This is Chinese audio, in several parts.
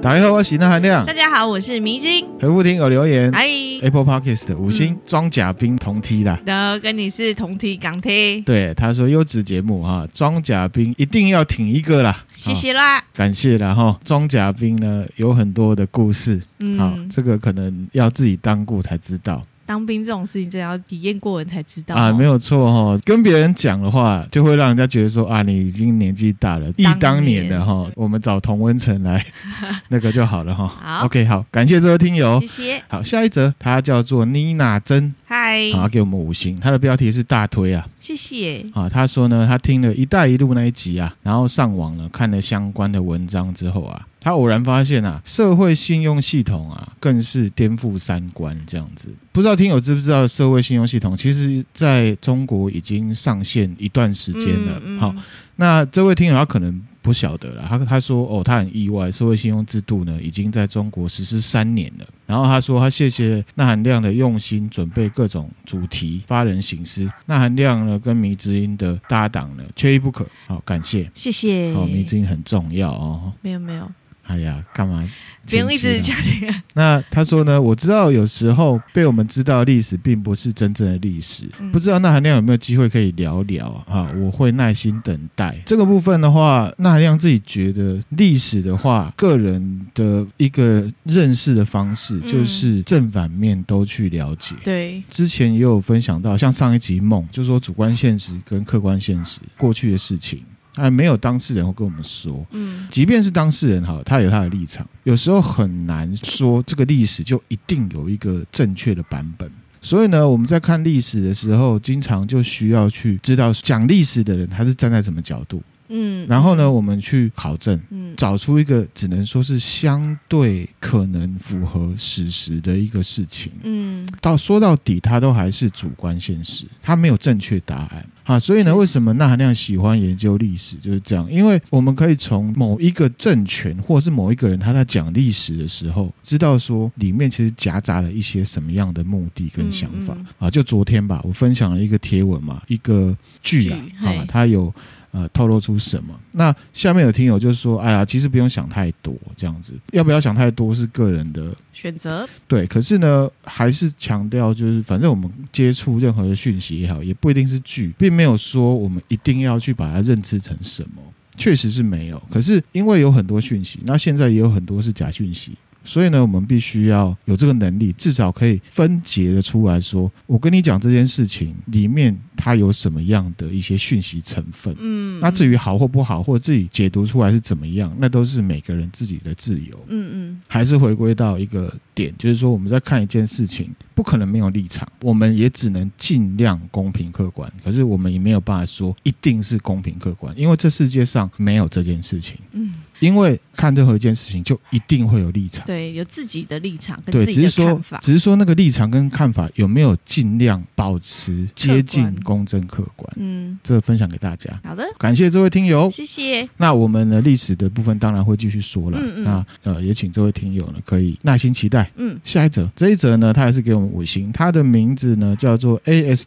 大家好，我是那含亮。 大家好，我是迷津。 回复听有留言， 嗨 Apple Podcast 的5星装甲兵同梯啦。 跟你是同梯港梯。 对，他说优质节目哈，装甲兵一定要挺一个啦。 谢谢啦， 感谢啦哈。装甲兵呢有很多的故事，好，这个可能要自己当过才知道。 当兵这种事情真的要体验过人才知道啊，没有错哈。跟别人讲的话，就会让人家觉得说啊，你已经年纪大了，忆当年的哈。我们找童温层来那个就好了哈。 好 ，OK， 好，感谢这位听友， 谢谢。 好，下一则，他叫做妮娜珍， 嗨， 好，给我们5星，他的标题是大推啊。 谢谢。 啊，他说呢，他听了一带一路那一集啊，然后上网了看了相关的文章之后啊，他偶然发现啊，社会信用系统啊，更是颠覆三观这样子。不知道听友知不知道，社会信用系统其实在中国已经上线一段时间了。好，那这位听友他可能不晓得了，他说哦，他很意外，社会信用制度呢已经在中国实施3年了。然后他说他谢谢那含亮的用心准备各种主题，发人省思。那含亮呢跟迷之音的搭档呢缺一不可，好，感谢， 谢谢。 好，迷之音很重要哦。 没有。 哎呀，干嘛？ 不用一直讲这个。 那他说呢，我知道有时候被我们知道的历史并不是真正的历史，不知道那含亮有没有机会可以聊聊啊？我会耐心等待。这个部分的话，那含亮自己觉得历史的话，个人的一个认识的方式就是正反面都去了解。 对， 之前也有分享到，像上一集梦，就是说主观现实跟客观现实过去的事情。没有当事人会跟我们说，即便是当事人好，他有他的立场，有时候很难说这个历史就一定有一个正确的版本。所以呢，我们在看历史的时候，经常就需要去知道讲历史的人他是站在什么角度。然后呢，我们去考证，找出一个只能说是相对可能符合史实的一个事情。说到底，它都还是主观现实，它没有正确答案啊。所以呢，为什么那含亮喜欢研究历史就是这样？因为我们可以从某一个政权或是某一个人他在讲历史的时候，知道说里面其实夹杂了一些什么样的目的跟想法啊。就昨天吧，我分享了一个贴文嘛，一个剧啊，它有透露出什么？那下面有听友就说：“哎呀，其实不用想太多，这样子，要不要想太多是个人的选择。对， 可是呢，还是强调就是，反正我们接触任何的讯息也好，也不一定是剧，并没有说我们一定要去把它认知成什么，确实是没有。可是因为有很多讯息，那现在也有很多是假讯息。”所以呢，我们必须要有这个能力，至少可以分解的出来说，我跟你讲这件事情里面它有什么样的一些讯息成分。那至于好或不好，或者自己解读出来是怎么样，那都是每个人自己的自由。还是回归到一个点，就是说我们在看一件事情，不可能没有立场，我们也只能尽量公平客观。可是我们也没有办法说一定是公平客观，因为这世界上没有这件事情。因为看任何一件事情就一定会有立场， 对，有自己的立场跟自己的看法， 只是说那个立场跟看法有没有尽量保持接近公正客观。这个分享给大家。 好的， 感谢这位听友， 谢谢。 那我们的历史的部分当然会继续说了。那也请这位听友呢可以耐心期待。下一则，这一则呢他还是给我们5星，他的名字呢叫做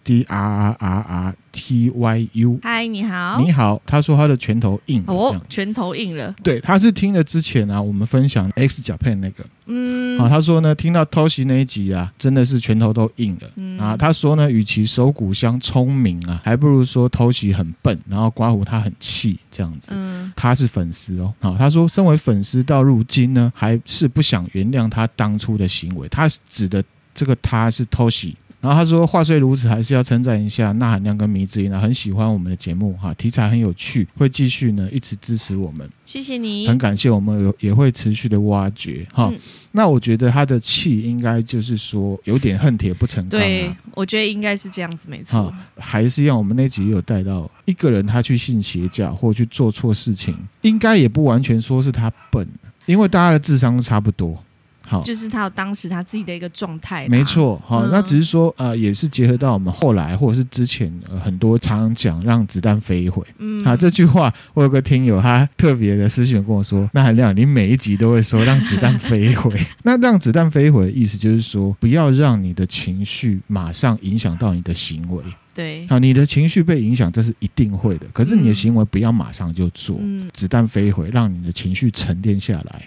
ASDRRRTYU。 嗨，你好。 你好，他说他的拳头硬了。 哦，拳头硬了。 对，他是听了之前啊，我们分享 X Japan 那个，他说呢，听到 Toshi 那一集啊，真的是拳头都硬了。他说呢，与其手骨相聪明啊，还不如说 Toshi 很笨，然后刮胡他很气这样子。他是粉丝哦，他说身为粉丝到如今呢，还是不想原谅他当初的行为。他指的这个他是 Toshi。然后他说话虽如此，还是要称赞一下那含亮跟迷之音很喜欢我们的节目哈，题材很有趣，会继续呢一直支持我们， 谢谢你， 很感谢，我们也会持续的挖掘哈。那我觉得他的气应该就是说有点恨铁不成钢。 对，我觉得应该是这样子，没错。 还是一样，我们那集也有带到一个人他去信邪教或去做错事情，应该也不完全说是他笨，因为大家的智商都差不多。 就是他有当时他自己的一个状态， 没错。那只是说也是结合到我们后来或者是之前很多常讲让子弹飞一回。这句话我有个听友他特别的私讯跟我说，那含亮你每一集都会说让子弹飞一回。那让子弹飞一回的意思就是说，不要让你的情绪马上影响到你的行为。 对， 你的情绪被影响，这是一定会的。可是你的行为不要马上就做，子弹飞一回，让你的情绪沉淀下来。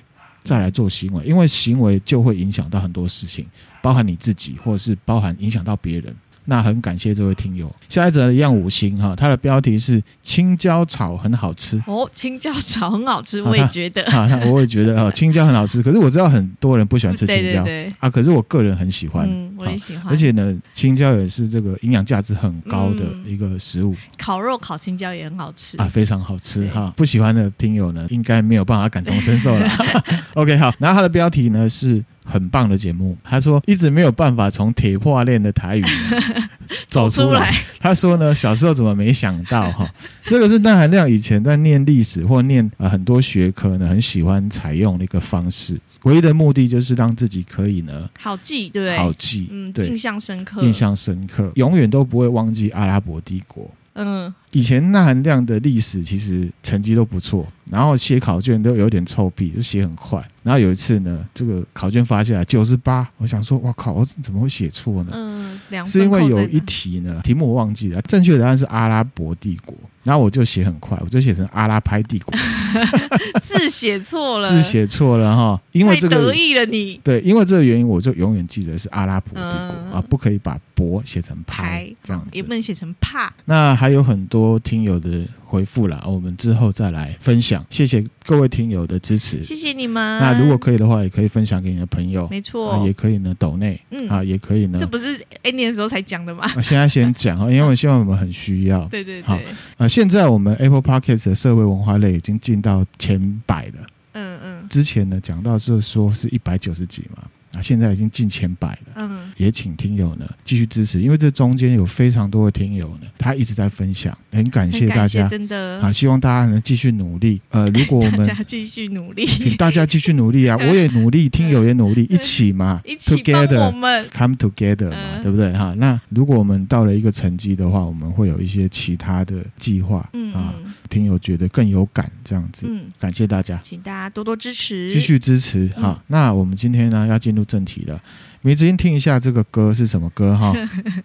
再来做行为，因为行为就会影响到很多事情，包含你自己，或者是包含影响到别人。那很感谢这位听友。下一则一样5星哈，它的标题是青椒炒很好吃。 哦，青椒炒很好吃，我也觉得。 我也觉得青椒很好吃，可是我知道很多人不喜欢吃青椒， 对可是我个人很喜欢， 我也喜欢。 而且呢，青椒也是这个营养价值很高的一个食物。 烤肉烤青椒也很好吃非常好吃哈。不喜欢的听友呢，应该没有办法感同身受了。OK， 好，然后它的标题呢是很棒的节目，他说一直没有办法从铁破链的台语走出来。他说呢，小时候怎么没想到这个是那含量以前在念历史或念很多学科呢，很喜欢采用的一个方式。唯一的目的就是让自己可以呢好记，对不对？ 好记，对， 印象深刻， 印象深刻，永远都不会忘记阿拉伯帝国。以前那含量的历史其实成绩都不错，然后写考卷都有点臭屁，就写很快。然后有一次呢，这个考卷发下来98，我想说，哇靠，我怎么会写错呢？是因为有一题呢，题目我忘记了，正确的答案是阿拉伯帝国，然后我就写很快，我就写成阿拉拍帝国， 字写错了哈，因为这个太得意了你。 对，因为这个原因，我就永远记得是阿拉伯帝国不可以把伯写成拍这样子， 也不能写成怕。 那还有很多听友的回复啦，我们之后再来分享。谢谢各位听友的支持， 谢谢你们。 那如果可以的话，也可以分享给你的朋友， 没错， 也可以呢抖内也可以呢。 这不是 ending 的时候才讲的吗？ 现在先讲因为我希望我们很需要。 对对对。 好，现在我们 Apple Podcast 的社会文化类已经进到前100了。之前呢讲到是说是190几嘛。现在已经进前100了，也请听友呢继续支持，因为这中间有非常多的听友呢，他一直在分享，很感谢大家， 真的希望大家能继续努力。如果我们大家继续努力， 请大家继续努力啊！我也努力，听友也努力，一起嘛， 一起帮我们 come together 嘛，对不对哈？那如果我们到了一个成绩的话，我们会有一些其他的计划听友觉得更有感，这样子，感谢大家， 请大家多多支持， 继续支持哈。那我们今天呢要进入正题了，梅子英听一下这个歌是什么歌哈？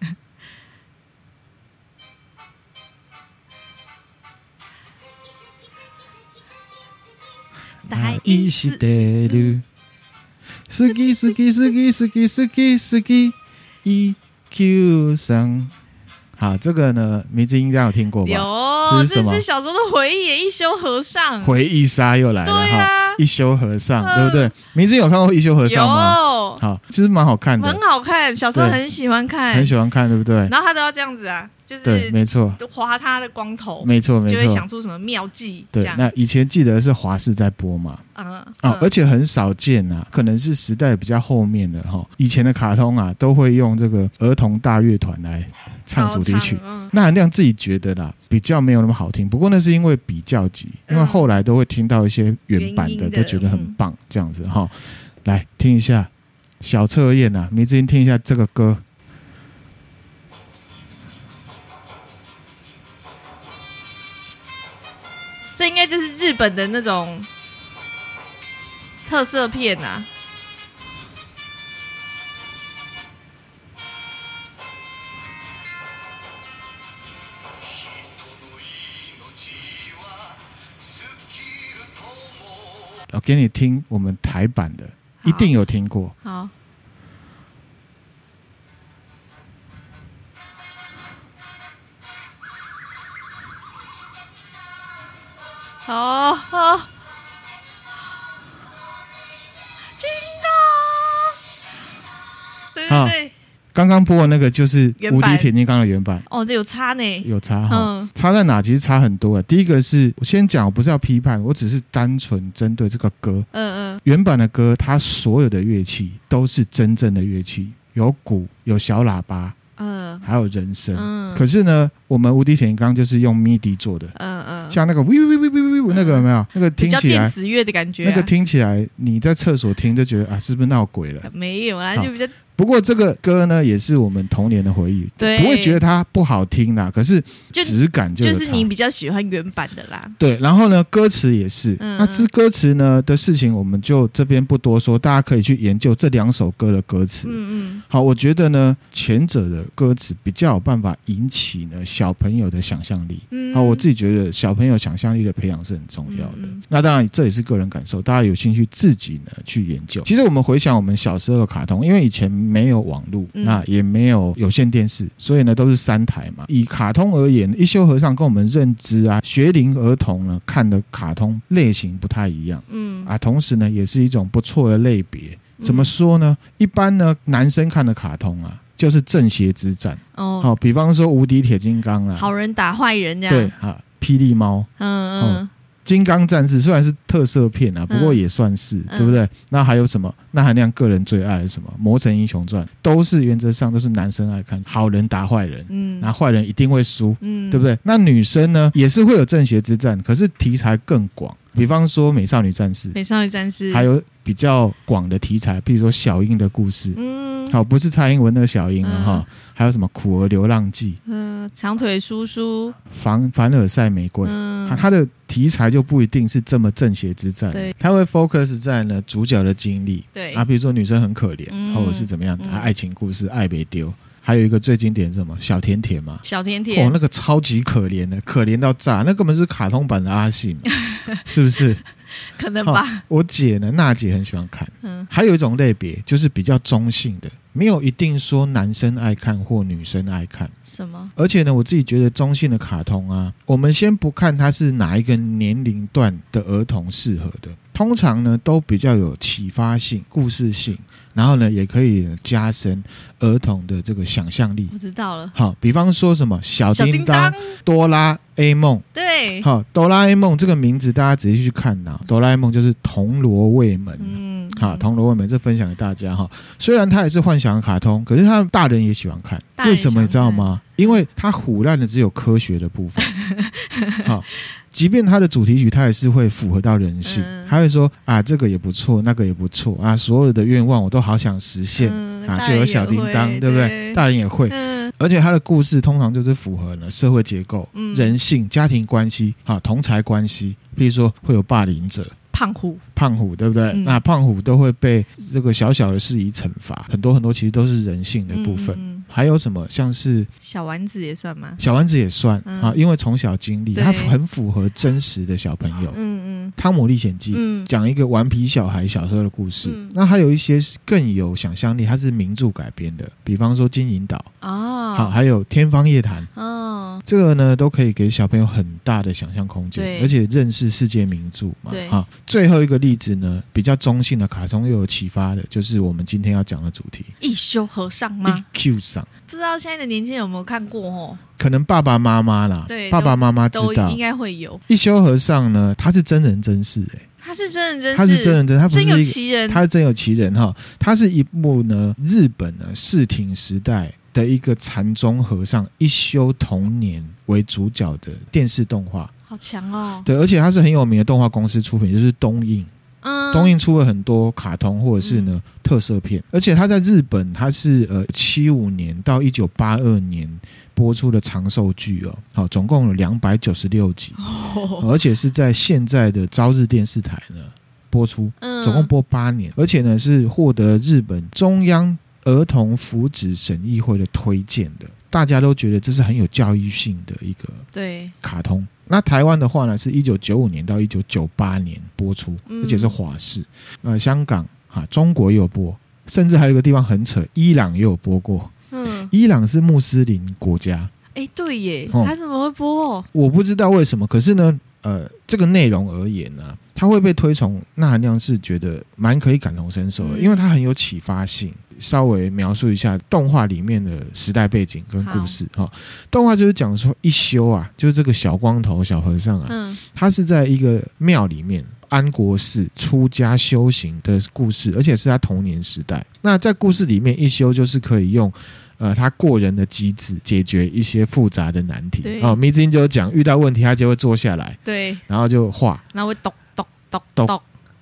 大意是第六，好き好き好き好き好き好きEQ 上。好，这个呢，梅子英应该有听过吧？ 有， 这是什么？ 这是小时候的回忆，一休和尚， 回忆杀又来了哈，一休和尚，对不对？梅子英有看过一休和尚吗？ 有， 好，其实蛮好看的， 很好看，小时候很喜欢看， 很喜欢看，对不对？ 然后他都要这样子啊，就是对，没错， 划他的光头， 没错，没错， 就会想出什么妙计。 对，那以前记得是华视在播嘛，而且很少见啊，可能是时代比较后面的哈。以前的卡通啊，都会用这个儿童大乐团来唱主题曲，那含量自己觉得啦比较没有那么好听，不过那是因为比较级，因为后来都会听到一些原版的，都觉得很棒，这样子哈。来听一下小测验啊，梅子英听一下这个歌。 这应该就是日本的那种特色片啊。 我给你听我们台版的，一定有听过。 好。哦，金刚，对对对， 刚刚播的那个就是无敌铁金刚的原版。 哦，这有差呢， 有差哈，差在哪？其实差很多。第一个是我先讲，我不是要批判，我只是单纯针对这个歌。原版的歌，它所有的乐器都是真正的乐器，有鼓，有小喇叭。还有人声，可是呢，我们无敌铁金刚就是用 MIDI 做的，像那个那个有没有？那个听起来比较电子乐的感觉， 那个听起来你在厕所听就觉得啊，是不是闹鬼了？ 没有啦，就比较不过这个歌呢，也是我们童年的回忆， 对， 不会觉得它不好听啦，可是质感就是你比较喜欢原版的啦。 对，然后呢，歌词也是，那歌词呢的事情，我们就这边不多说，大家可以去研究这2首歌的歌词。好，我觉得呢，前者的歌词比较有办法引起呢小朋友的想象力。好，我自己觉得小朋友想象力的培养是很重要的。那当然这也是个人感受，大家有兴趣自己呢去研究。其实我们回想我们小时候的卡通，因为以前没有网络，那也没有有线电视，所以呢都是3台嘛。以卡通而言，一休和尚跟我们认知啊，学龄儿童呢看的卡通类型不太一样。同时呢也是一种不错的类别。怎么说呢？一般呢男生看的卡通啊，就是正邪之战。好，比方说无敌铁金刚啦， 好人打坏人这样。 对啊，霹雳猫。金刚战士虽然是特色片啊，不过也算是，对不对？那还有什么？那含量个人最爱的什么？魔神英雄传都是原则上都是男生爱看，好人打坏人，那坏人一定会输，对不对？那女生呢也是会有正邪之战，可是题材更广，比方说美少女战士，还有比较广的题材，比如说小樱的故事，好，不是蔡英文那个小樱了哈，还有什么苦儿流浪记， 长腿叔叔， 凡尔赛玫瑰，它的题材就不一定是这么正邪之战，它会 focus 在呢主角的经历，对啊，比如说女生很可怜，或者是怎么样，爱情故事爱没丢。还有一个最经典是什么？小甜甜嘛， 小甜甜哦，那个超级可怜的，可怜到炸，那根本是卡通版的阿信，是不是？ 可能吧。 我姐呢，娜姐很喜欢看。还有一种类别就是比较中性的，没有一定说男生爱看或女生爱看。 什么？ 而且呢，我自己觉得中性的卡通啊，我们先不看它是哪一个年龄段的儿童适合的，通常呢都比较有启发性、故事性。然后呢，也可以加深儿童的这个想象力。 我知道了。 好，比方说什么小叮当、哆啦 A 梦。 对。 好，哆啦 A 梦这个名字大家仔细去看呐，哆啦 A 梦就是铜锣卫门。好，铜锣卫门这分享给大家哈。虽然它也是幻想卡通，可是他大人也喜欢看。为什么你知道吗？因为它唬烂的只有科学的部分。好。即便它的主题曲，它也是会符合到人性，他会说啊，这个也不错，那个也不错啊，所有的愿望我都好想实现啊，就有小叮当，对不对？大人也会，而且他的故事通常就是符合了社会结构、人性、家庭关系啊、同侪关系，比如说会有霸凌者。胖虎对不对？那胖虎都会被这个小小的事宜惩罚，很多很多其实都是人性的部分。还有什么像是小丸子也算吗？ 小丸子也算啊，因为从小经历，它很符合真实的小朋友。汤姆历险记讲一个顽皮小孩小时候的故事。那还有一些更有想象力，它是名著改编的，比方说金银岛好，还有天方夜谭这个呢都可以给小朋友很大的想象空间，而且认识世界名著嘛。最后一个例子呢，比较中性的卡通又有启发的，就是我们今天要讲的主题一休和尚吗？ EQ 上不知道现在的年轻人有没有看过哦？ 可能爸爸妈妈啦，对，爸爸妈妈知道， 都应该会有。 一休和尚呢，他是真人真事他是真人真事， 他是真人真事，他不是真有其人， 他是真有其人哈。他是一部呢日本呢室町时代的一个禅宗和尚一休童年为主角的电视动画。 好强哦！ 对，而且它是很有名的动画公司出品，就是东映。东映出了很多卡通或者是呢特色片，而且它在日本它是75年到1982年播出的长寿剧哦，好，总共有296集，而且是在现在的朝日电视台呢播出，总共播8年，而且呢是获得日本中央儿童福祉审议会的推荐的，大家都觉得这是很有教育性的一个卡通。那台湾的话呢，是1995年到1998年播出，而且是华视。香港中国也有播，甚至还有一个地方很扯，伊朗也有播过。伊朗是穆斯林国家。 对耶，他怎么会播？ 我不知道为什么，可是呢，这个内容而言呢，它会被推崇，那含量是觉得蛮可以感同身受的，因为它很有启发性。稍微描述一下动画里面的时代背景跟故事。动画就是讲说一休啊，就是这个小光头小和尚啊，他是在一个庙里面安国寺出家修行的故事，而且是他童年时代。那在故事里面，一休就是可以用他过人的机智解决一些复杂的难题。迷之音就讲遇到问题他就会坐下来，对，然后就画， 然后会咚咚咚咚咚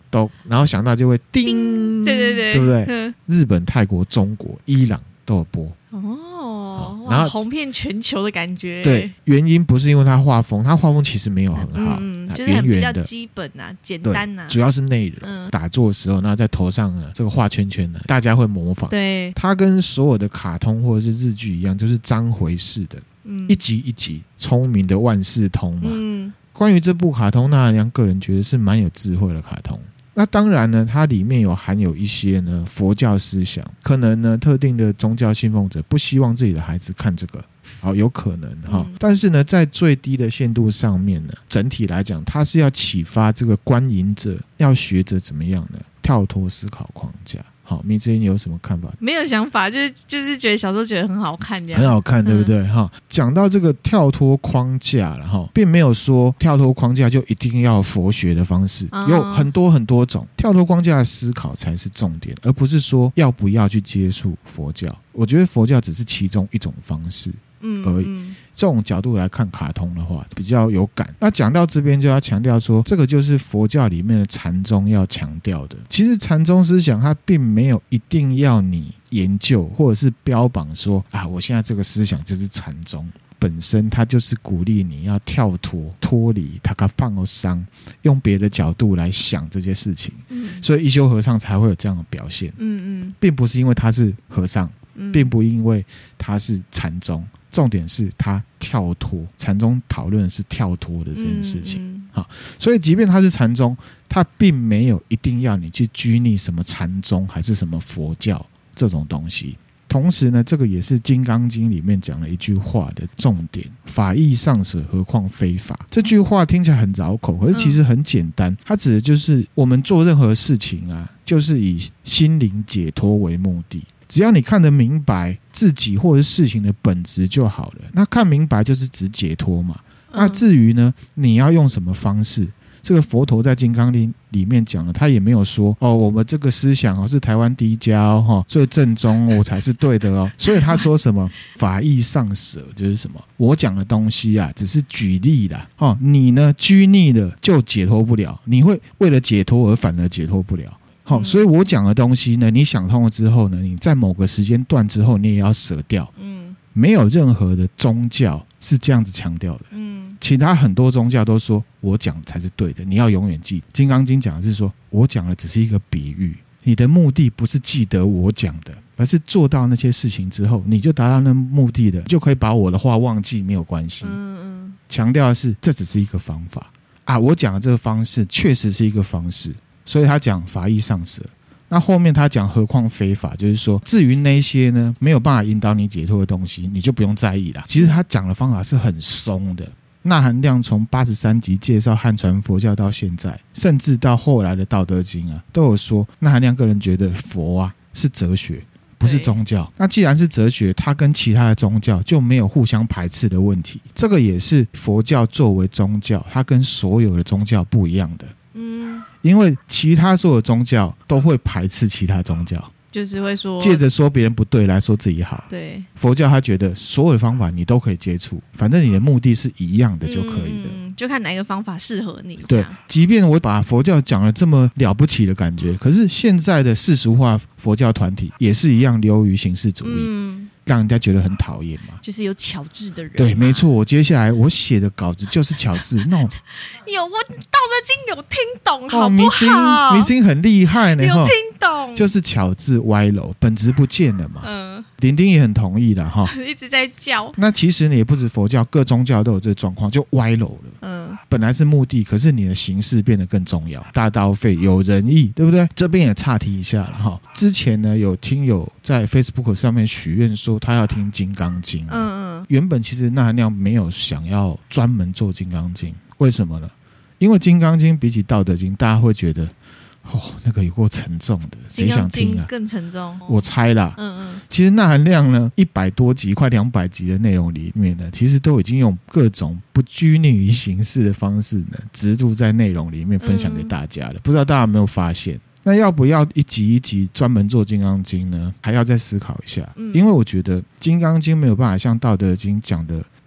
都，然后想到就会叮， 对， 对不对？日本、泰国、中国、伊朗都有播。 然后红遍全球的感觉。 对，原因不是因为它画风其实没有很好， 就是很比较基本啊，简单啊， 主要是内容。打坐的时候，那在头上呢，这个画圈圈呢，大家会模仿。对，它跟所有的卡通或者是日剧一样，就是章回式的，一集一集，聪明的万事通嘛。关于这部卡通，那良个人觉得是蛮有智慧的卡通。那当然呢，它里面含有一些呢佛教思想，可能呢特定的宗教信奉者不希望自己的孩子看这个，有可能但是呢，在最低的限度上面呢，整体来讲，它是要启发这个观影者要学着怎么样呢跳脱思考框架。好，米之音有什么看法？ 没有想法，就是觉得小时候觉得很好看，这样很好看，对不对？讲到这个跳脱框架了并没有说跳脱框架就一定要佛学的方式，有很多很多种跳脱框架的思考才是重点，而不是说要不要去接触佛教。我觉得佛教只是其中一种方式而已。这种角度来看卡通的话比较有感。那讲到这边就要强调说，这个就是佛教里面的禅宗要强调的。其实禅宗思想它并没有一定要你研究或者是标榜说我现在这个思想就是禅宗，本身它就是鼓励你要脱离塔卡胖桑，用别的角度来想这些事情。所以一休和尚才会有这样的表现。并不是因为他是和尚，并不因为他是禅宗，重点是他跳脱。禅宗讨论的是跳脱的这件事情。所以即便他是禅宗，他并没有一定要你去拘泥什么禅宗还是什么佛教这种东西。同时呢，这个也是《金刚经》里面讲了一句话的重点：法义上舍，何况非法。这句话听起来很绕口，可是其实很简单。它指的就是我们做任何事情就是以心灵解脱为目的。只要你看得明白自己或者是事情的本质就好了。那看明白就是指解脱嘛。那至于呢，你要用什么方式？这个佛陀在《金刚经》里面讲了，他也没有说我们这个思想是台湾第一家最正宗才是对的所以他说什么法义上舍，就是什么我讲的东西只是举例啦你呢拘泥了就解脱不了，你会为了解脱而反而解脱不了。所以我讲的东西呢，你想通了之后呢，你在某个时间段之后你也要舍掉。没有任何的宗教是这样子强调的。其他很多宗教都说我讲才是对的，你要永远记。金刚经讲的是说我讲的只是一个比喻，你的目的不是记得我讲的，而是做到那些事情之后你就达到那目的了，就可以把我的话忘记没有关系。强调的是这只是一个方法我讲的这个方式确实是一个方式，所以他讲法义上舍。那后面他讲何况非法，就是说至于那些呢没有办法引导你解脱的东西，你就不用在意啦。其实他讲的方法是很松的。那含量从83集介绍汉传佛教到现在，甚至到后来的道德经都有说，那含量个人觉得佛是哲学，不是宗教。那既然是哲学，它跟其他的宗教就没有互相排斥的问题。这个也是佛教作为宗教，它跟所有的宗教不一样的。因为其他所有宗教都会排斥其他宗教，就是会说借着说别人不对来说自己好。对，佛教他觉得所有的方法你都可以接触，反正你的目的是一样的就可以了。 就看哪一个方法适合你。 对，即便我把佛教讲了这么了不起的感觉，可是现在的世俗化佛教团体也是一样流于形式主义。让人家觉得很讨厌嘛， 就是有巧智的人。 对，没错，我接下来我写的稿子就是巧智。那种有我《道德经》有听懂，好不好？ 迷津很厉害呢， 有听懂， 就是巧智歪楼，本质不见了嘛。丁丁也很同意的一直在叫。 那其实呢，也不止佛教，各宗教都有这个状况，就歪楼了。本来是目的，可是你的形式变得更重要。大刀费有仁义，对不对？这边也岔题一下了之前呢，有听友在 Facebook 上面许愿说他要听《金刚经》。原本其实那含量没有想要专门做《金刚经》，为什么呢？因为《金刚经》比起《道德经》，大家会觉得那个有够沉重的，谁想听更沉重。 我猜啦。其实那含量呢，100多集快200集的内容里面呢，其实都已经用各种不拘泥于形式的方式呢，植入在内容里面分享给大家了。不知道大家有没有发现？那要不要一集一集专门做《金刚经》呢？还要再思考一下。因为我觉得《金刚经》没有办法像《道德经》讲的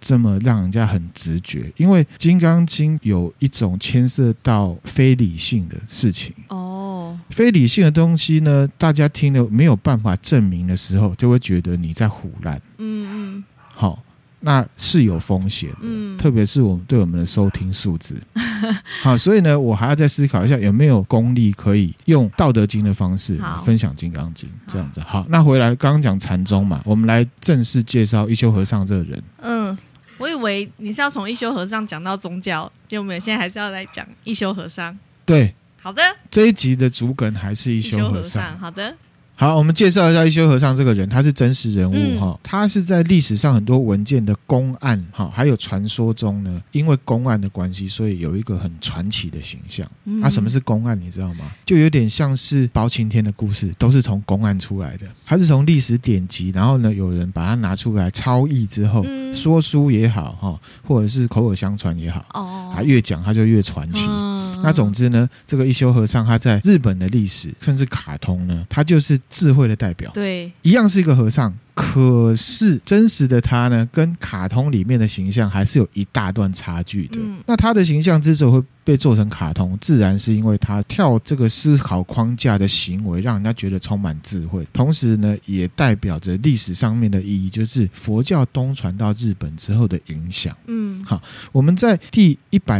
这么让人家很直觉，因为《金刚经》有一种牵涉到非理性的事情哦，非理性的东西呢，大家听了没有办法证明的时候，就会觉得你在唬烂。好，那是有风险的，特别是对我们的收听数字。好，所以呢，我还要再思考一下有没有功力可以用《道德经》的方式分享《金刚经》这样子。好，那回来刚刚讲禅宗嘛，我们来正式介绍一休和尚这个人。 我以为你是要从一休和尚讲到宗教，结果我们现在还是要来讲一休和尚。 对， 好的， 这一集的主梗还是一休和尚。 好的。 好，我们介绍一下一休和尚这个人，他是真实人物他是在历史上很多文件的公案还有传说中呢，因为公案的关系，所以有一个很传奇的形象。什么是公案你知道吗？就有点像是包青天的故事，都是从公案出来的，他是从历史典籍，然后呢有人把它拿出来抄译之后，说书也好或者是口耳相传也好，越讲他就越传奇。那总之呢，这个一休和尚他在日本的历史甚至卡通呢，他就是智慧的代表。 对， 一样是一个和尚，可是真实的他呢，跟卡通里面的形象还是有一大段差距的。那他的形象之所以会被做成卡通，自然是因为他跳这个思考框架的行为，让人家觉得充满智慧，同时呢，也代表着历史上面的意义，就是佛教东传到日本之后的影响。好，我们在第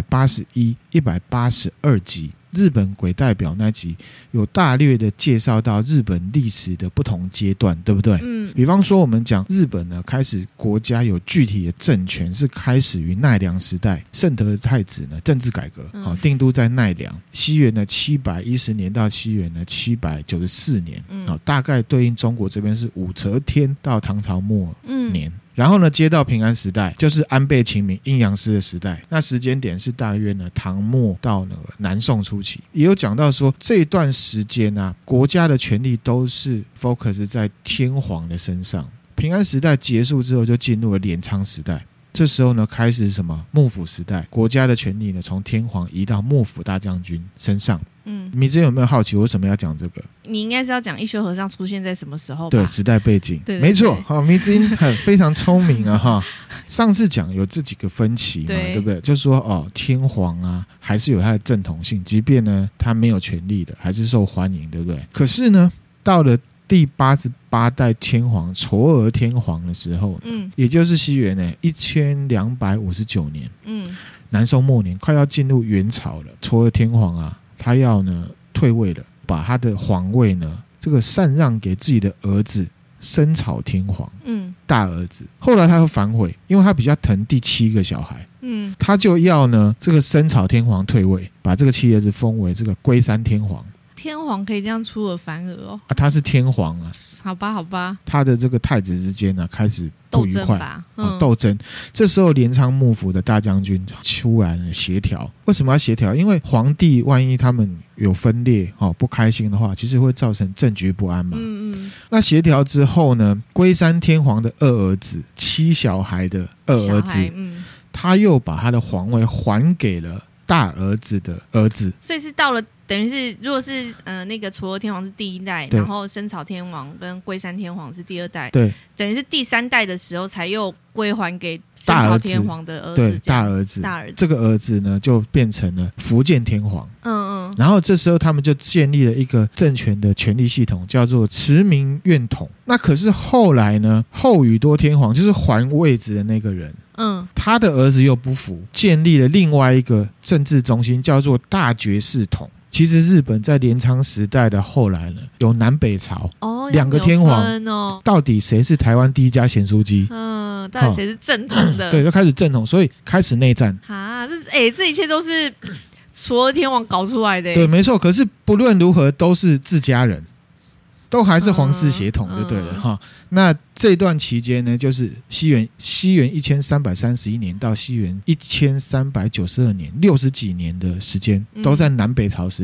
181、182集日本鬼代表那集有大略的介绍到日本历史的不同阶段，对不对？比方说我们讲日本呢，开始国家有具体的政权是开始于奈良时代，圣德太子呢政治改革，定都在奈良，西元呢710年到西元呢794年，大概对应中国这边是武则天到唐朝末年。然后呢，接到平安时代，就是安倍晴明、阴阳师的时代。那时间点是大约呢唐末到呢南宋初期。也有讲到说，这段时间啊，国家的权力都是 focus 在天皇的身上。平安时代结束之后，就进入了镰仓时代。这时候呢，开始什么幕府时代，国家的权力呢从天皇移到幕府大将军身上。你之前有没有好奇为什么要讲这个？ 你应该是要讲一休和尚出现在什么时候吧？ 对，时代背景， 对没错。好，迷之音非常聪明啊上次讲有这几个分歧嘛，对不对？就是说天皇啊，还是有他的正统性，即便呢他没有权力的，还是受欢迎，对不对？可是呢，到了第88代天皇嵯峨天皇的时候，也就是西元呢1259年，南宋末年，快要进入元朝了。嵯峨天皇啊，他要呢退位了，把他的皇位呢这个禅让给自己的儿子深草天皇，大儿子。后来他又反悔，因为他比较疼第7个小孩，他就要呢这个深草天皇退位，把这个7儿子封为这个龟山天皇。 天皇可以这样出尔反尔哦？ 他是天皇啊， 好吧，好吧。 他的这个太子之间呢开始不愉快吧， 斗争。这时候镰仓幕府的大将军出来了协调。为什么要协调？因为皇帝万一他们有分裂不开心的话，其实会造成政局不安嘛。那协调之后呢，龟山天皇的2儿子7小孩的2儿子，他又把他的皇位还给了大儿子的儿子。 所以是到了等于是，如果是那个嵯峨天皇是第1代，然后深草天皇跟龟山天皇是第2代， 对， 等于是第3代的时候才又归还给深草天皇的儿子， 对，大儿子。这个儿子呢就变成了福建天皇。然后这时候他们就建立了一个政权的权力系统，叫做持明院统。那可是后来呢，后宇多天皇就是还位置的那个人，他的儿子又不服，建立了另外一个政治中心，叫做大觉寺统。其实日本在镰仓时代的后来呢，有南北朝2个天皇，到底谁是台湾第一家咸酥鸡？ 到底谁是正统的？ 对，就开始正统，所以开始内战。 这一切都是嵯峨天皇搞出来的。 对，没错。可是不论如何，都是自家人，都还是皇室血统就对了那这段期间呢，就是西元1331年到西元1392年，60几年的时间都在南北朝时期。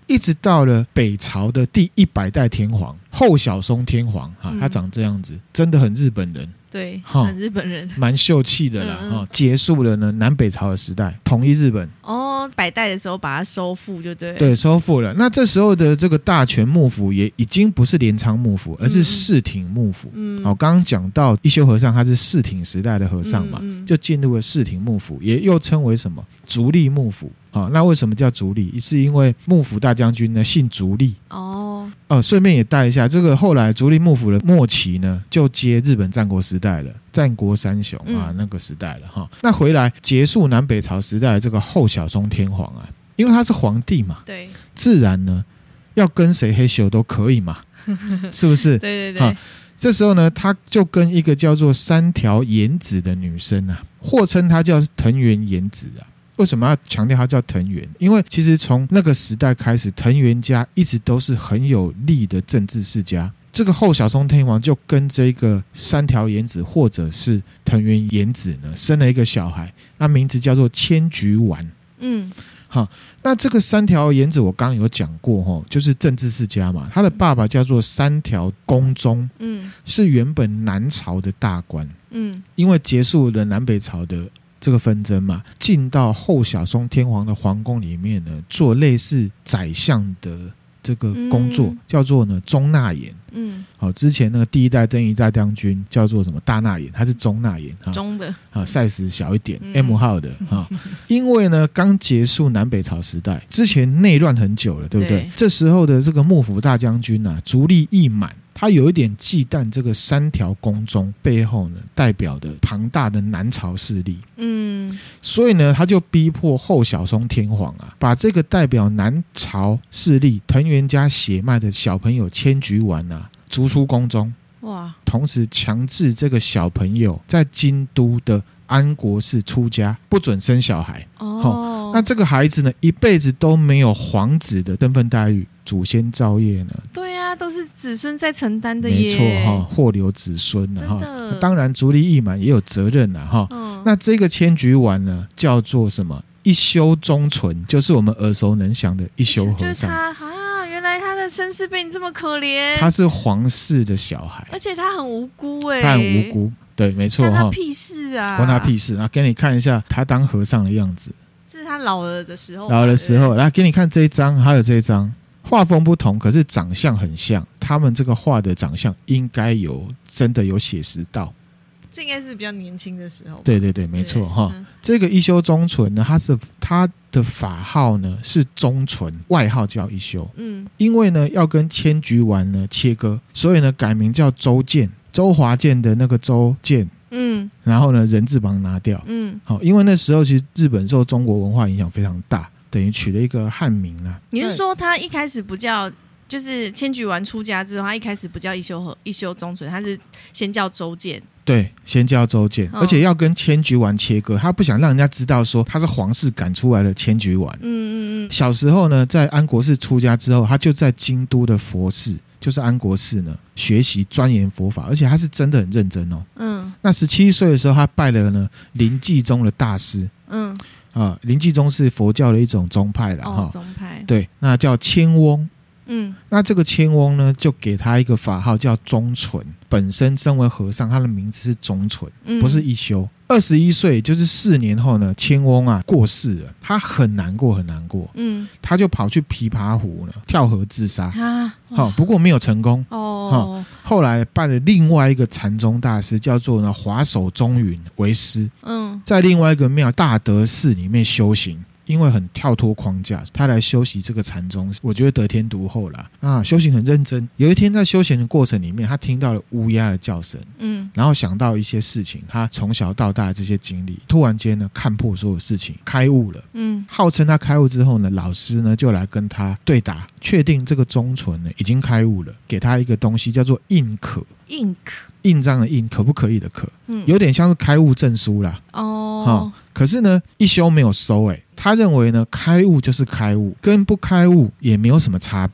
一直到了北朝的第100代天皇后小松天皇他长这样子，真的很日本人。 对，很日本人， 蛮秀气的啦。结束了呢南北朝的时代，统一日本。 100代的时候把它收复就对了。 对，收复了。那这时候的这个大权幕府也已经不是镰仓幕府，而是室町幕府。刚刚讲到一休和尚他是室町时代的和尚嘛，就进入了室町幕府，也又称为什么足利幕府。那为什么叫足利？是因为幕府大将军呢姓足利。顺便也带一下，这个后来足利幕府的末期呢，就接日本战国时代了，战国三雄那个时代了那回来结束南北朝时代的这个后小松天皇因为他是皇帝嘛， 对， 自然呢要跟谁黑咻都可以嘛，是不是？ 对对对。 这时候呢，他就跟一个叫做三条延子的女生或称她叫藤原延子为什么要强调它叫藤原？因为其实从那个时代开始，藤原家一直都是很有力的政治世家。这个后小松天皇就跟这个三条延子或者是藤原延子呢，生了一个小孩，那名字叫做千菊丸。那这个三条延子我刚刚有讲过就是政治世家嘛，他的爸爸叫做三条公宗，是原本南朝的大官，因为结束了南北朝的这个纷争嘛，进到后小松天皇的皇宫里面呢，做类似宰相的这个工作，叫做呢中纳言。之前那个第1代登一大将军叫做什么大纳言，他是中纳言， 中的 size 小一点，M 号的因为呢刚结束南北朝时代，之前内乱很久了，对不对？这时候的这个幕府大将军足利义满，他有一点忌惮这个三条宫宗背后呢代表的庞大的南朝势力，所以呢他就逼迫后小松天皇把这个代表南朝势力藤原家血脉的小朋友千菊丸逐出宫中，同时强制这个小朋友在京都的安国寺出家，不准生小孩。那这个孩子呢一辈子都没有皇子的身份待遇，祖先造业呢？对啊， 都是子孙在承担的耶。 没错祸留子孙当然足利义满也有责任那这个千菊丸呢叫做什么？一休宗纯，就是我们耳熟能详的一休和尚。 原来他的身世背景这么可怜， 他是皇室的小孩， 而且他很无辜他很无辜，对，没错关他屁事关他屁事给你看一下他当和尚的样子， 这是他老了的时候， 来给你看这一张，还有这一张，画风不同，可是长相很像，他们这个画的长相应该真的有写实到。 这应该是比较年轻的时候。 对对对，没错这个一休宗纯呢，他的法号呢是宗纯，外号叫一休。因为呢要跟千菊丸呢切割，所以呢改名叫周建，周华健的那个周建。然后呢人字旁拿掉。因为那时候其实日本受中国文化影响非常大，等于取了一个汉名你是说他一开始不叫？就是千菊丸出家之后，他一开始不叫一休宗纯，他是先叫周建。 对，先叫周建，而且要跟千菊丸切割，他不想让人家知道说他是皇室赶出来的千菊丸。小时候呢，在安国寺出家之后，他就在京都的佛寺，就是安国寺呢，学习钻研佛法，而且他是真的很认真那17岁的时候，他拜了呢临济宗的大师。临济宗是佛教的一种宗派啦。 宗派。对， 那叫千翁。那这个千翁呢就给他一个法号叫宗纯，本身身为和尚，他的名字是宗纯，不是一休。21岁就是4年后呢，千翁过世了，他很难过很难过，他就跑去琵琶湖呢跳河自杀不过没有成功后来拜了另外一个禅宗大师叫做呢华首宗允为师，在另外一个庙大德寺里面修行，因为很跳脱框架，他来修习这个禅宗，我觉得得天独厚啦修行很认真。有一天在修行的过程里面，他听到了乌鸦的叫声，然后想到一些事情，他从小到大的这些经历，突然间呢看破所有事情，开悟了。号称他开悟之后呢，老师呢就来跟他对答，确定这个宗纯呢已经开悟了，给他一个东西叫做印可。印章的印，可不可以的可，有点像是开悟证书啦。可是呢一休没有收他认为呢开悟就是开悟，跟不开悟也没有什么差别。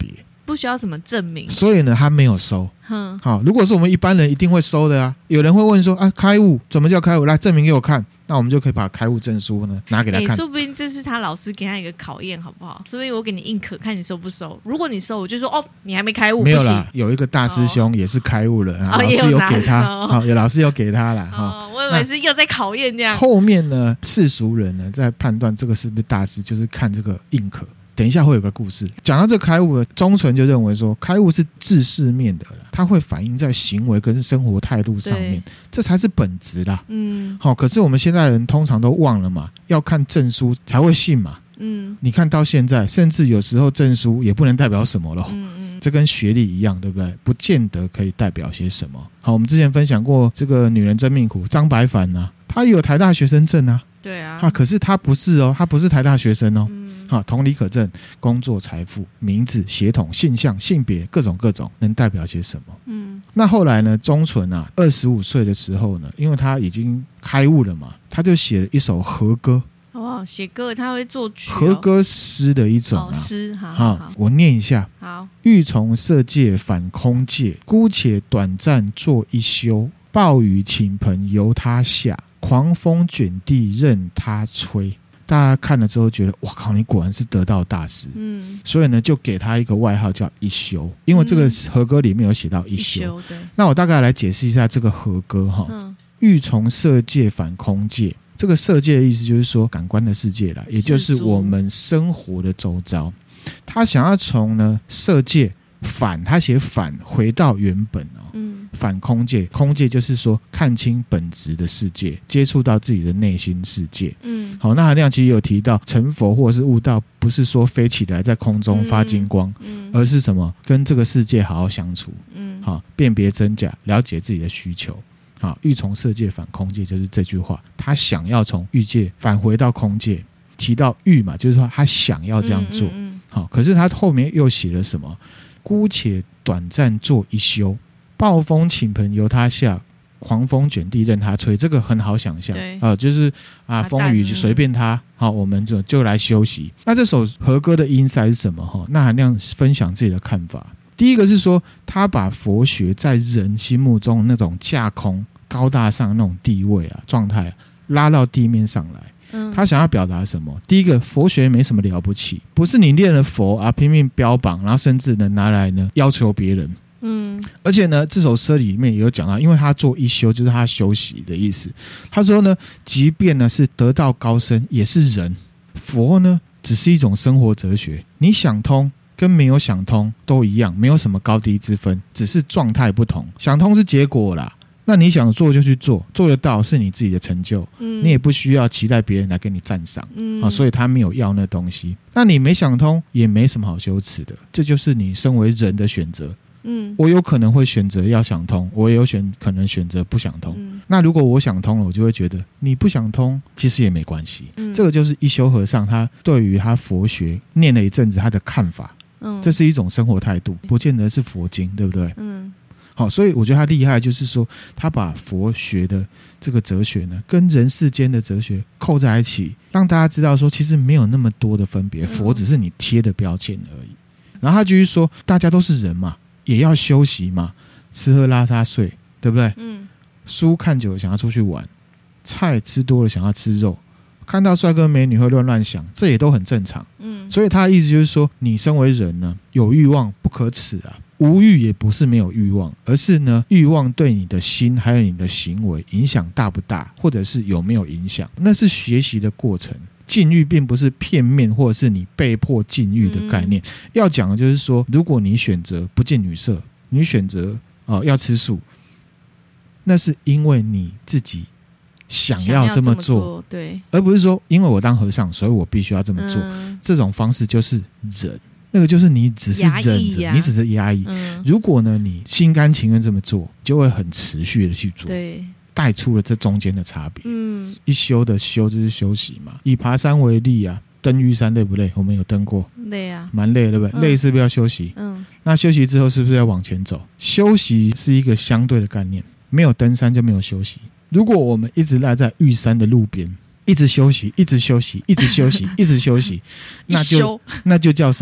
不需要什么证明， 所以呢他没有收。好，如果是我们一般人一定会收的啊。有人会问说啊，开悟怎么叫开悟？来证明给我看。那我们就可以把开悟证书呢拿给他看。 说不定这是他老师给他一个考验，好不好？说不定我给你印可看你收不收。如果你收，我就说哦，你还没开悟， 没有啦。有一个大师兄也是开悟了，老师有给他，好，有老师有给他啦。 我以为是又在考验这样。 后面呢，世俗人呢在判断这个是不是大师，就是看这个印可。等一下会有个故事，讲到这开悟，中存就认为说，开悟是知识面的，它会反映在行为跟生活态度上面，这才是本质啦。好，可是我们现在人通常都忘了嘛，要看证书才会信嘛。你看到现在，甚至有时候证书也不能代表什么了。这跟学历一样，对不对？不见得可以代表些什么。好，我们之前分享过这个女人真命苦，张白凡啊，她也有台大学生证啊。 对啊， 可是她不是哦，她不是台大学生哦。同理可证，工作、财富、名字、血统、性向、性别，各种能代表些什么？那后来呢，中存啊，25岁的时候呢，因为他已经开悟了嘛，他就写了一首和歌。 哇，写歌他会作曲。 和歌诗的一种诗。好， 我念一下。 好， 欲从色界返空界，姑且短暂做一休。暴雨倾盆由他下，狂风卷地任他吹。大家看了之后觉得，哇靠，你果然是得道大师。所以呢，就给他一个外号叫一休，因为这个和歌里面有写到一休。对，那我大概来解释一下这个和歌哈。欲从色界返空界，这个色界的意思就是说感官的世界啦，也就是我们生活的周遭。他想要从呢色界返，他写返回到原本哦。返空界，空界就是说看清本质的世界，接触到自己的内心世界。好，那韩亮其实有提到成佛或者是悟道，不是说飞起来在空中发金光，而是什么？跟这个世界好好相处。好，辨别真假，了解自己的需求。好，欲从色界返空界就是这句话，他想要从欲界返回到空界，提到欲嘛，就是说他想要这样做。好，可是他后面又写了什么？姑且短暂做一休。暴风倾盆由他下，狂风卷地任他吹。这个很好想象就是风雨随便他。好，我们就来休息。那这首和歌的音色是什么？那韩亮分享自己的看法。第一个是说，他把佛学在人心目中那种架空高大上那种地位状态拉到地面上来。他想要表达什么？第一个，佛学没什么了不起，不是你念了佛拼命标榜，然后甚至能拿来呢要求别人。而且呢，这首诗里面也有讲到，因为他做一休，就是他休息的意思。他说呢，即便呢是得道高僧，也是人。佛呢，只是一种生活哲学，你想通跟没有想通都一样，没有什么高低之分，只是状态不同。想通是结果啦，那你想做就去做，做得到是你自己的成就，你也不需要期待别人来给你赞赏。所以他没有要那东西。那你没想通，也没什么好羞耻的，这就是你身为人的选择。我有可能会选择要想通，我也有可能选择不想通。那如果我想通了，我就会觉得你不想通其实也没关系。这个就是一休和尚他对于他佛学念了一阵子他的看法。这是一种生活态度，不见得是佛经，对不对？好，所以我觉得他厉害，就是说他把佛学的这个哲学呢，跟人世间的哲学扣在一起，让大家知道说其实没有那么多的分别，佛只是你贴的标签而已。然后他继续说，大家都是人嘛，也要休息嘛，吃喝拉撒睡，对不对？书看久了想要出去玩，菜吃多了想要吃肉，看到帅哥美女会乱想，这也都很正常。所以他的意思就是说，你身为人呢，有欲望不可耻啊，无欲也不是没有欲望，而是呢，欲望对你的心还有你的行为影响大不大，或者是有没有影响，那是学习的过程。禁欲并不是片面或者是你被迫禁欲的概念。要讲的就是说，如果你选择不近女色，你选择要吃素，那是因为你自己想要这么做， 对， 而不是说因为我当和尚所以我必须要这么做。这种方式就是忍，那个就是你只是忍着，你只是压抑。如果呢你心甘情愿这么做，就会很持续的去做。 对， 带出了这中间的差别。一休的休就是休息嘛。以爬山为例啊，登玉山累不累？我们有登过， 累啊， 蛮累，对不对？累是不是要休息？那休息之后是不是要往前走？休息是一个相对的概念，没有登山就没有休息。如果我们一直赖在玉山的路边，一直休息，一直休息，一直休息，一直休息，那就叫什么？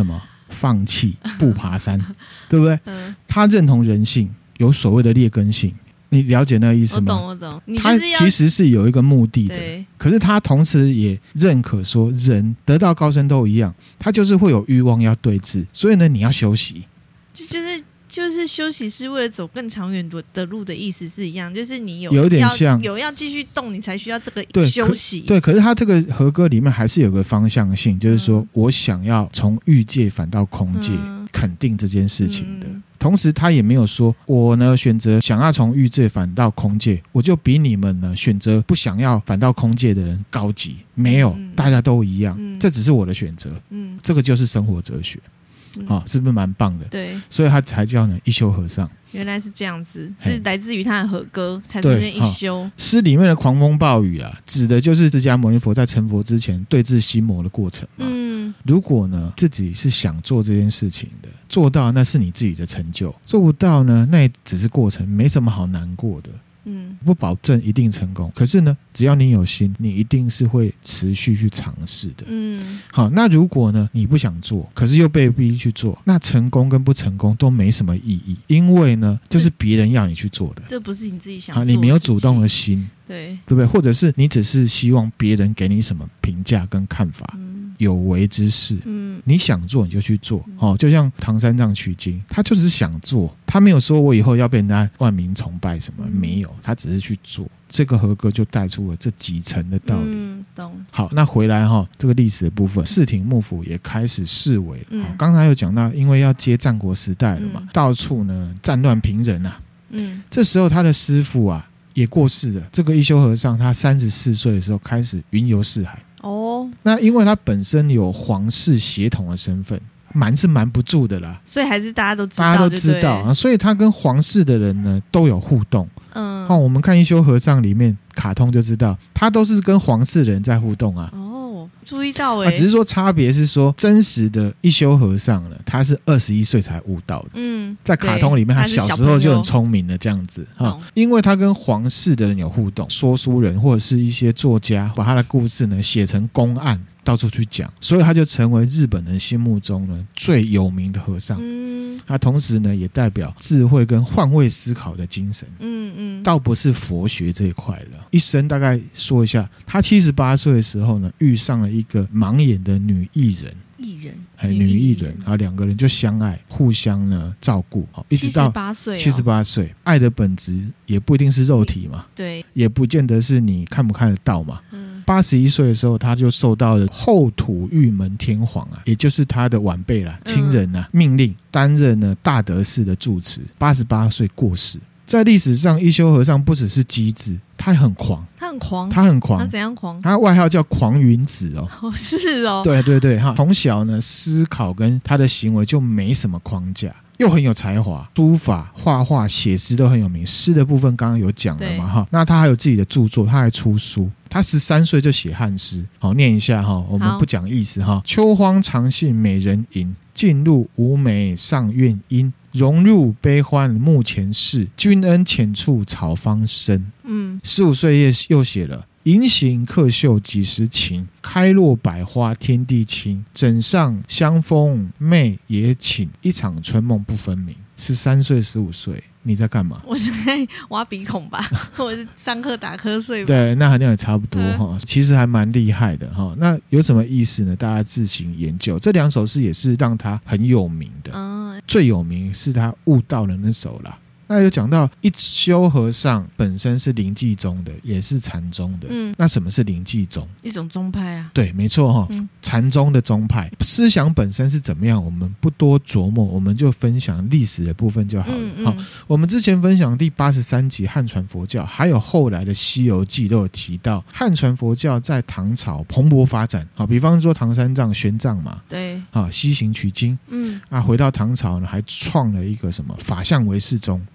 放弃不爬山，对不对？他认同人性，有所谓的劣根性。你了解那个意思吗？ 我懂。 他其实是有一个目的的，可是他同时也认可说，人得道高深都一样，他就是会有欲望要对峙，所以呢，你要休息。 就是休息是为了走更长远的路的意思是一样，就是你有点像要继续动，你才需要这个休息。 对，可是他这个和歌里面还是有个方向性，就是说我想要从欲界反到空界，肯定这件事情的。同时他也没有说我呢选择想要从欲界反到空界，我就比你们呢选择不想要反到空界的人高级，没有，大家都一样，这只是我的选择。这个就是生活哲学。是不是蛮棒的？对，所以他才叫呢一休和尚。 原来是这样子，是来自于他的和歌才出现一休。 诗里面的狂风暴雨啊，指的就是释迦牟尼佛在成佛之前对治心魔的过程嘛。如果呢自己是想做这件事情的，做到那是你自己的成就，做不到呢那也只是过程，没什么好难过的。不保证一定成功，可是呢只要你有心，你一定是会持续去尝试的。好，那如果呢你不想做，可是又被逼去做，那成功跟不成功都没什么意义，因为呢这是别人要你去做的， 这不是你自己想做的事情。 你没有主动的心，对不对？或者是你只是希望别人给你什么评价跟看法。有为之事，你想做你就去做。就像唐三藏取经，他就只是想做，他没有说我以后要被人家万民崇拜什么，没有，他只是去做。这个和歌就带出了这几层的道理。 懂。 好，那回来这个历史的部分，室町幕府也开始式微了。刚才有讲到，因为要接战国时代了嘛，到处呢战乱频仍啊。这时候他的师父啊也过世了。这个一休和尚他34岁的时候开始云游四海。那因为他本身有皇室血统的身份，瞒是瞒不住的啦， 所以还是大家都知道啊，所以他跟皇室的人呢都有互动。我们看一休和尚里面卡通就知道，他都是跟皇室人在互动啊。 注意到只是说差别是说，真实的一休和尚呢，他是21岁才悟道的。在卡通里面他小时候就很聪明的这样子。因为他跟皇室的人有互动，说书人或者是一些作家把他的故事呢写成公案，到处去讲，所以他就成为日本人心目中呢最有名的和尚。他同时呢也代表智慧跟换位思考的精神。倒不是佛学这一块了。一生大概说一下，他78岁的时候呢，遇上了一个盲眼的女艺人，女艺人，然后2个人就相爱，互相呢照顾，一直到78岁，爱的本质也不一定是肉体嘛，对，也不见得是你看不看得到嘛。81岁的时候，他就受到了后土御门天皇啊，也就是他的晚辈啦、亲人啊，命令担任呢大德寺的住持。88岁过世。在历史上，一休和尚不只是机智，他很狂。他怎样狂？他外号叫狂云子哦。 是哦。 对对对，从小呢思考跟他的行为就没什么框架，又很有才华，书法、画画、写诗都很有名。诗的部分刚刚有讲了嘛，那他还有自己的著作，他还出书。他13岁就写汉诗，好，念一下哈，我们不讲意思哈。秋荒长信美人吟，进入无美上苑阴。融入悲欢目前事，君恩浅处草芳生。15岁又写了银行客袖几时晴，开落百花天地清，枕上香风媚也寝，一场春梦不分明。13岁15岁你在干嘛？ 我在挖鼻孔吧，或者是上课打瞌睡吧。 对，那好像也差不多其实还蛮厉害的那有什么意思呢？大家自行研究。这2首诗也是让他很有名的。最有名是他悟道的那首啦。那有讲到一休和尚本身是临济宗的，也是禅宗的。那什么是临济宗？ 一种宗派啊。 对，没错禅宗的宗派思想本身是怎么样，我们不多琢磨，我们就分享历史的部分就好了。我们之前分享第83集汉传佛教，还有后来的西游记都有提到，汉传佛教在唐朝蓬勃发展。比方说唐三藏、玄奘嘛，对，西行取经。回到唐朝呢，还创了一个什么法相唯识宗。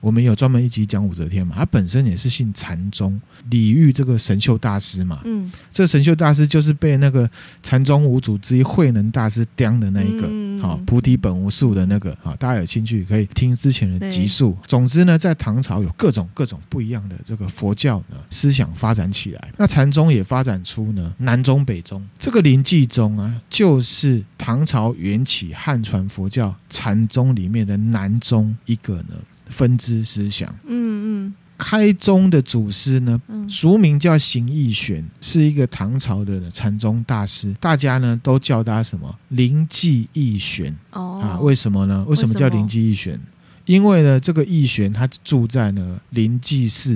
我们有专门一集讲武则天嘛，他本身也是信禅宗，礼遇这个神秀大师嘛。这个神秀大师就是被那个禅宗五祖之一慧能大师刁的那一个，菩提本无树的那个，大家有兴趣可以听之前的集数。总之呢，在唐朝有各种不一样的这个佛教呢思想发展起来，那禅宗也发展出呢南宗北宗。这个临济宗啊，就是唐朝缘起汉传佛教禅宗里面的南宗一个呢分支思想。开宗的祖师呢，俗名叫邢义玄，是一个唐朝的禅宗大师，大家呢都叫他什么临济义玄。为什么呢？为什么叫临济义玄？因为呢，这个义玄他住在呢临济寺。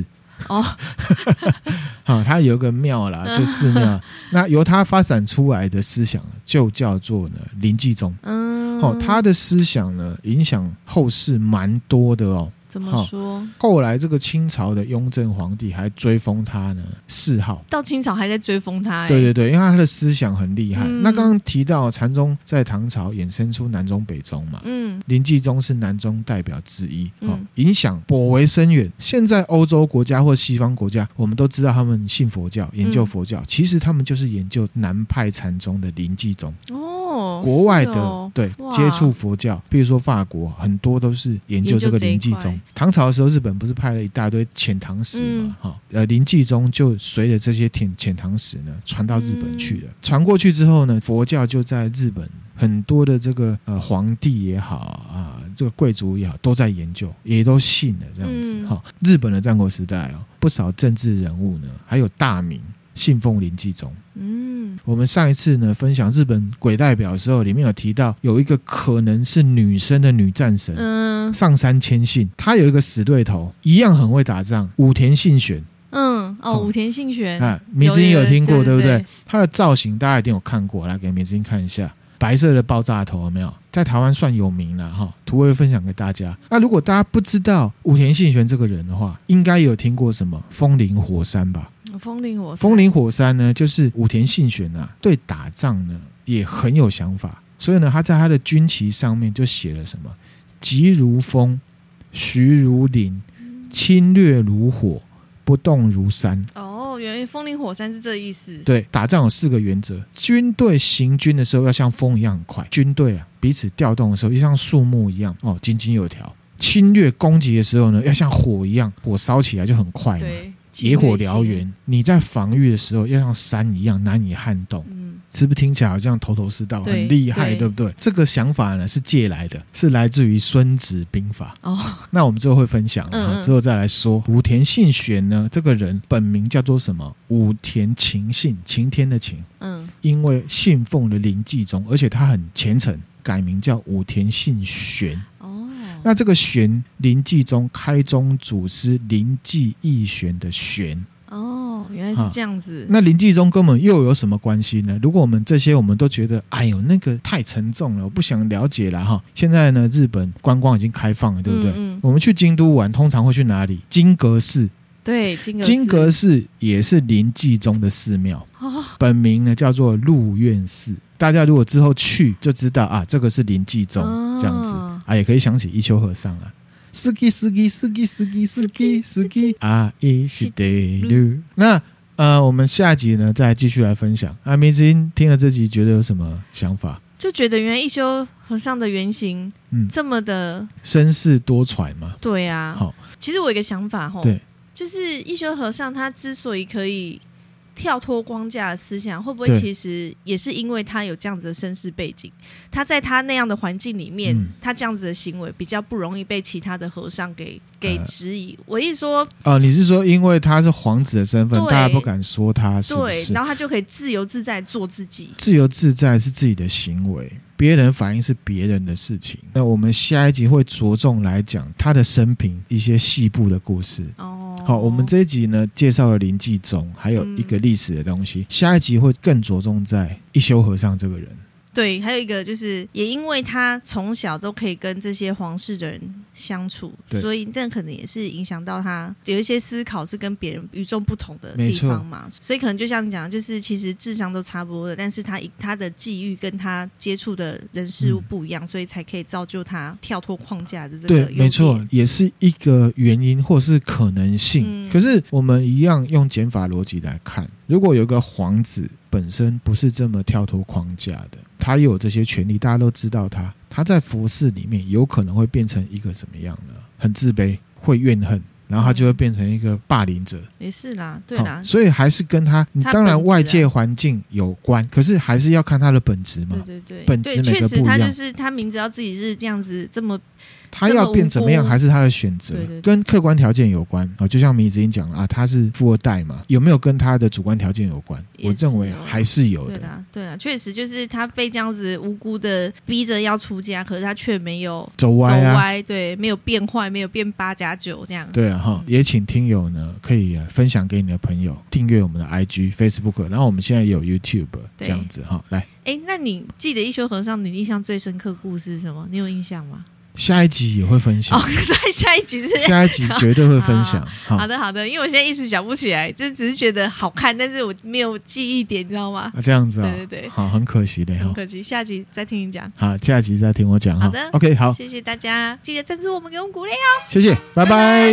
他有一个庙啦，就寺庙。那由他发展出来的思想就叫做呢临济宗。他的思想呢影响后世蛮多的哦。 怎么说？ 后来这个清朝的雍正皇帝还追封他呢谥号，到清朝还在追封他。 对对对，因为他的思想很厉害。那刚刚提到禅宗在唐朝衍生出南宗北宗嘛，临济宗是南宗代表之一，影响颇为深远。现在欧洲国家或西方国家，我们都知道他们信佛教，研究佛教，其实他们就是研究南派禅宗的临济宗。国外的对接触佛教，比如说法国很多都是研究这个临济宗。唐朝的时候，日本不是派了一大堆遣唐使嘛？临济宗就随着这些遣唐使呢传到日本去了。传过去之后呢，佛教就在日本很多的这个皇帝也好这个贵族也好都在研究，也都信了这样子。日本的战国时代不少政治人物呢，还有大名信奉临济宗。我们上一次呢分享日本鬼代表的时候，里面有提到有一个可能是女生的女战神，上杉谦信，她有一个死对头，一样很会打仗，武田信玄。 武田信玄米子英有听过，对不对？她的造型大家一定有看过，来给米子英看一下，白色的爆炸头，有没有？在台湾算有名了图会分享给大家。那如果大家不知道武田信玄这个人的话，应该有听过什么风林火山吧？风林火山呢，就是武田信玄对打仗呢也很有想法，所以呢，他在他的军旗上面就写了什么急如风，徐如林，侵略如火，不动如山。 原来风林火山是这意思。 对，打仗有4个原则：军队行军的时候要像风一样很快，军队彼此调动的时候要像树木一样井井有条，侵略攻击的时候呢要像火一样，火烧起来就很快嘛，野火燎原。你在防御的时候要像山一样难以撼动。是不是听起来好像头头是道，很厉害， 对不对？这个想法呢是借来的，是来自于孙子兵法。那我们之后会分享，之后再来说。武田信玄呢，这个人本名叫做什么？武田晴信，晴天的晴。因为信奉了临济宗，而且他很虔诚，改名叫武田信玄。那这个玄，临济宗开宗祖师临济义玄的玄。 原来是这样子。 那临济宗跟我们又有什么关系呢？如果我们这些我们都觉得哎呦那个太沉重了，我不想了解了现在呢日本观光已经开放了，对不对？我们去京都玩通常会去哪里？金阁寺。对，金阁寺也是临济宗的寺庙，本名呢叫做鹿苑寺。大家如果之后去就知道这个是临济宗，这样子也可以想起一休和尚好き好き好き好き好き好き愛してる。那我们下集呢再继续来分享。明子英听了这集觉得有什么想法？就觉得原来一休和尚的原型这么的身世多舛嘛。对啊。好，其实我有一个想法对，就是一休和尚他之所以可以跳脱框架的思想，会不会其实也是因为他有这样子的身世背景，他在他那样的环境里面，他这样子的行为比较不容易被其他的和尚给质疑。我一说你是说因为他是皇子的身份，大家不敢说他是不是？对，然后他就可以自由自在做自己。自由自在是自己的行为，别人反映是别人的事情。那我们下一集会着重来讲他的生平一些细部的故事。好，我们这一集呢介绍了临济宗，还有一个历史的东西。下一集会更着重在一休和尚这个人。 对，还有一个就是也因为他从小都可以跟这些皇室的人相处，所以这可能也是影响到他有一些思考是跟别人与众不同的地方嘛，所以可能就像你讲的，就是其实智商都差不多的，但是他的际遇跟他接触的人事物不一样，所以才可以造就他跳脱框架的这个优点。 对，没错，也是一个原因或是可能性。可是我们一样用减法逻辑来看，如果有一个皇子本身不是这么跳脱框架的，他有这些权利，大家都知道他在服侍里面有可能会变成一个什么样呢？很自卑，会怨恨，然后他就会变成一个霸凌者。 也是啦，对啦， 所以还是跟他当然外界环境有关，可是还是要看他的本质嘛。 对对对， 本质每个不一样。确实他就是他明知道自己是这样子这么。 他要变怎么样还是他的选择，对对对，跟客观条件有关。就像米子英讲了他是富二代嘛，有没有跟他的主观条件有关？我认为还是有的。 对啦，确实就是他被这样子无辜的逼着要出家，可是他却没有走歪， 对，没有变坏，没有变8+9这样。 对啊也请听友呢可以分享给你的朋友，订阅我们的 IG、Facebook， 然后我们现在也有 YouTube 这样子来。 那你记得一休和尚，你印象最深刻故事是什么？你有印象吗？ 下一集也会分享对，下一集绝对会分享。 好的，因为我现在一时想不起来，就只是觉得好看，但是我没有记忆点，你知道吗？ 这样子对， 好，很可惜的， 很可惜，下集再听你讲。 好，下集再听我讲。 好的 ，OK， 好， 谢谢大家，记得赞助我们，给我们鼓励哦。 谢谢，拜拜。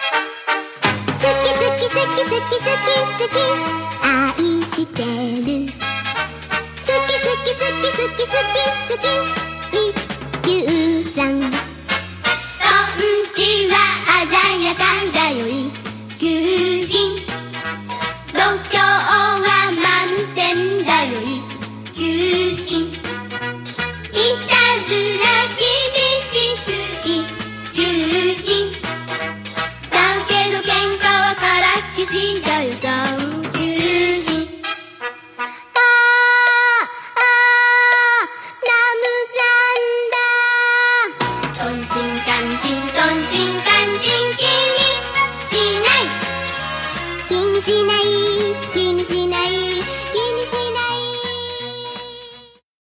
愛してるゆうさんとんちは鮮やかだよい夕日度胸は満点だよい夕日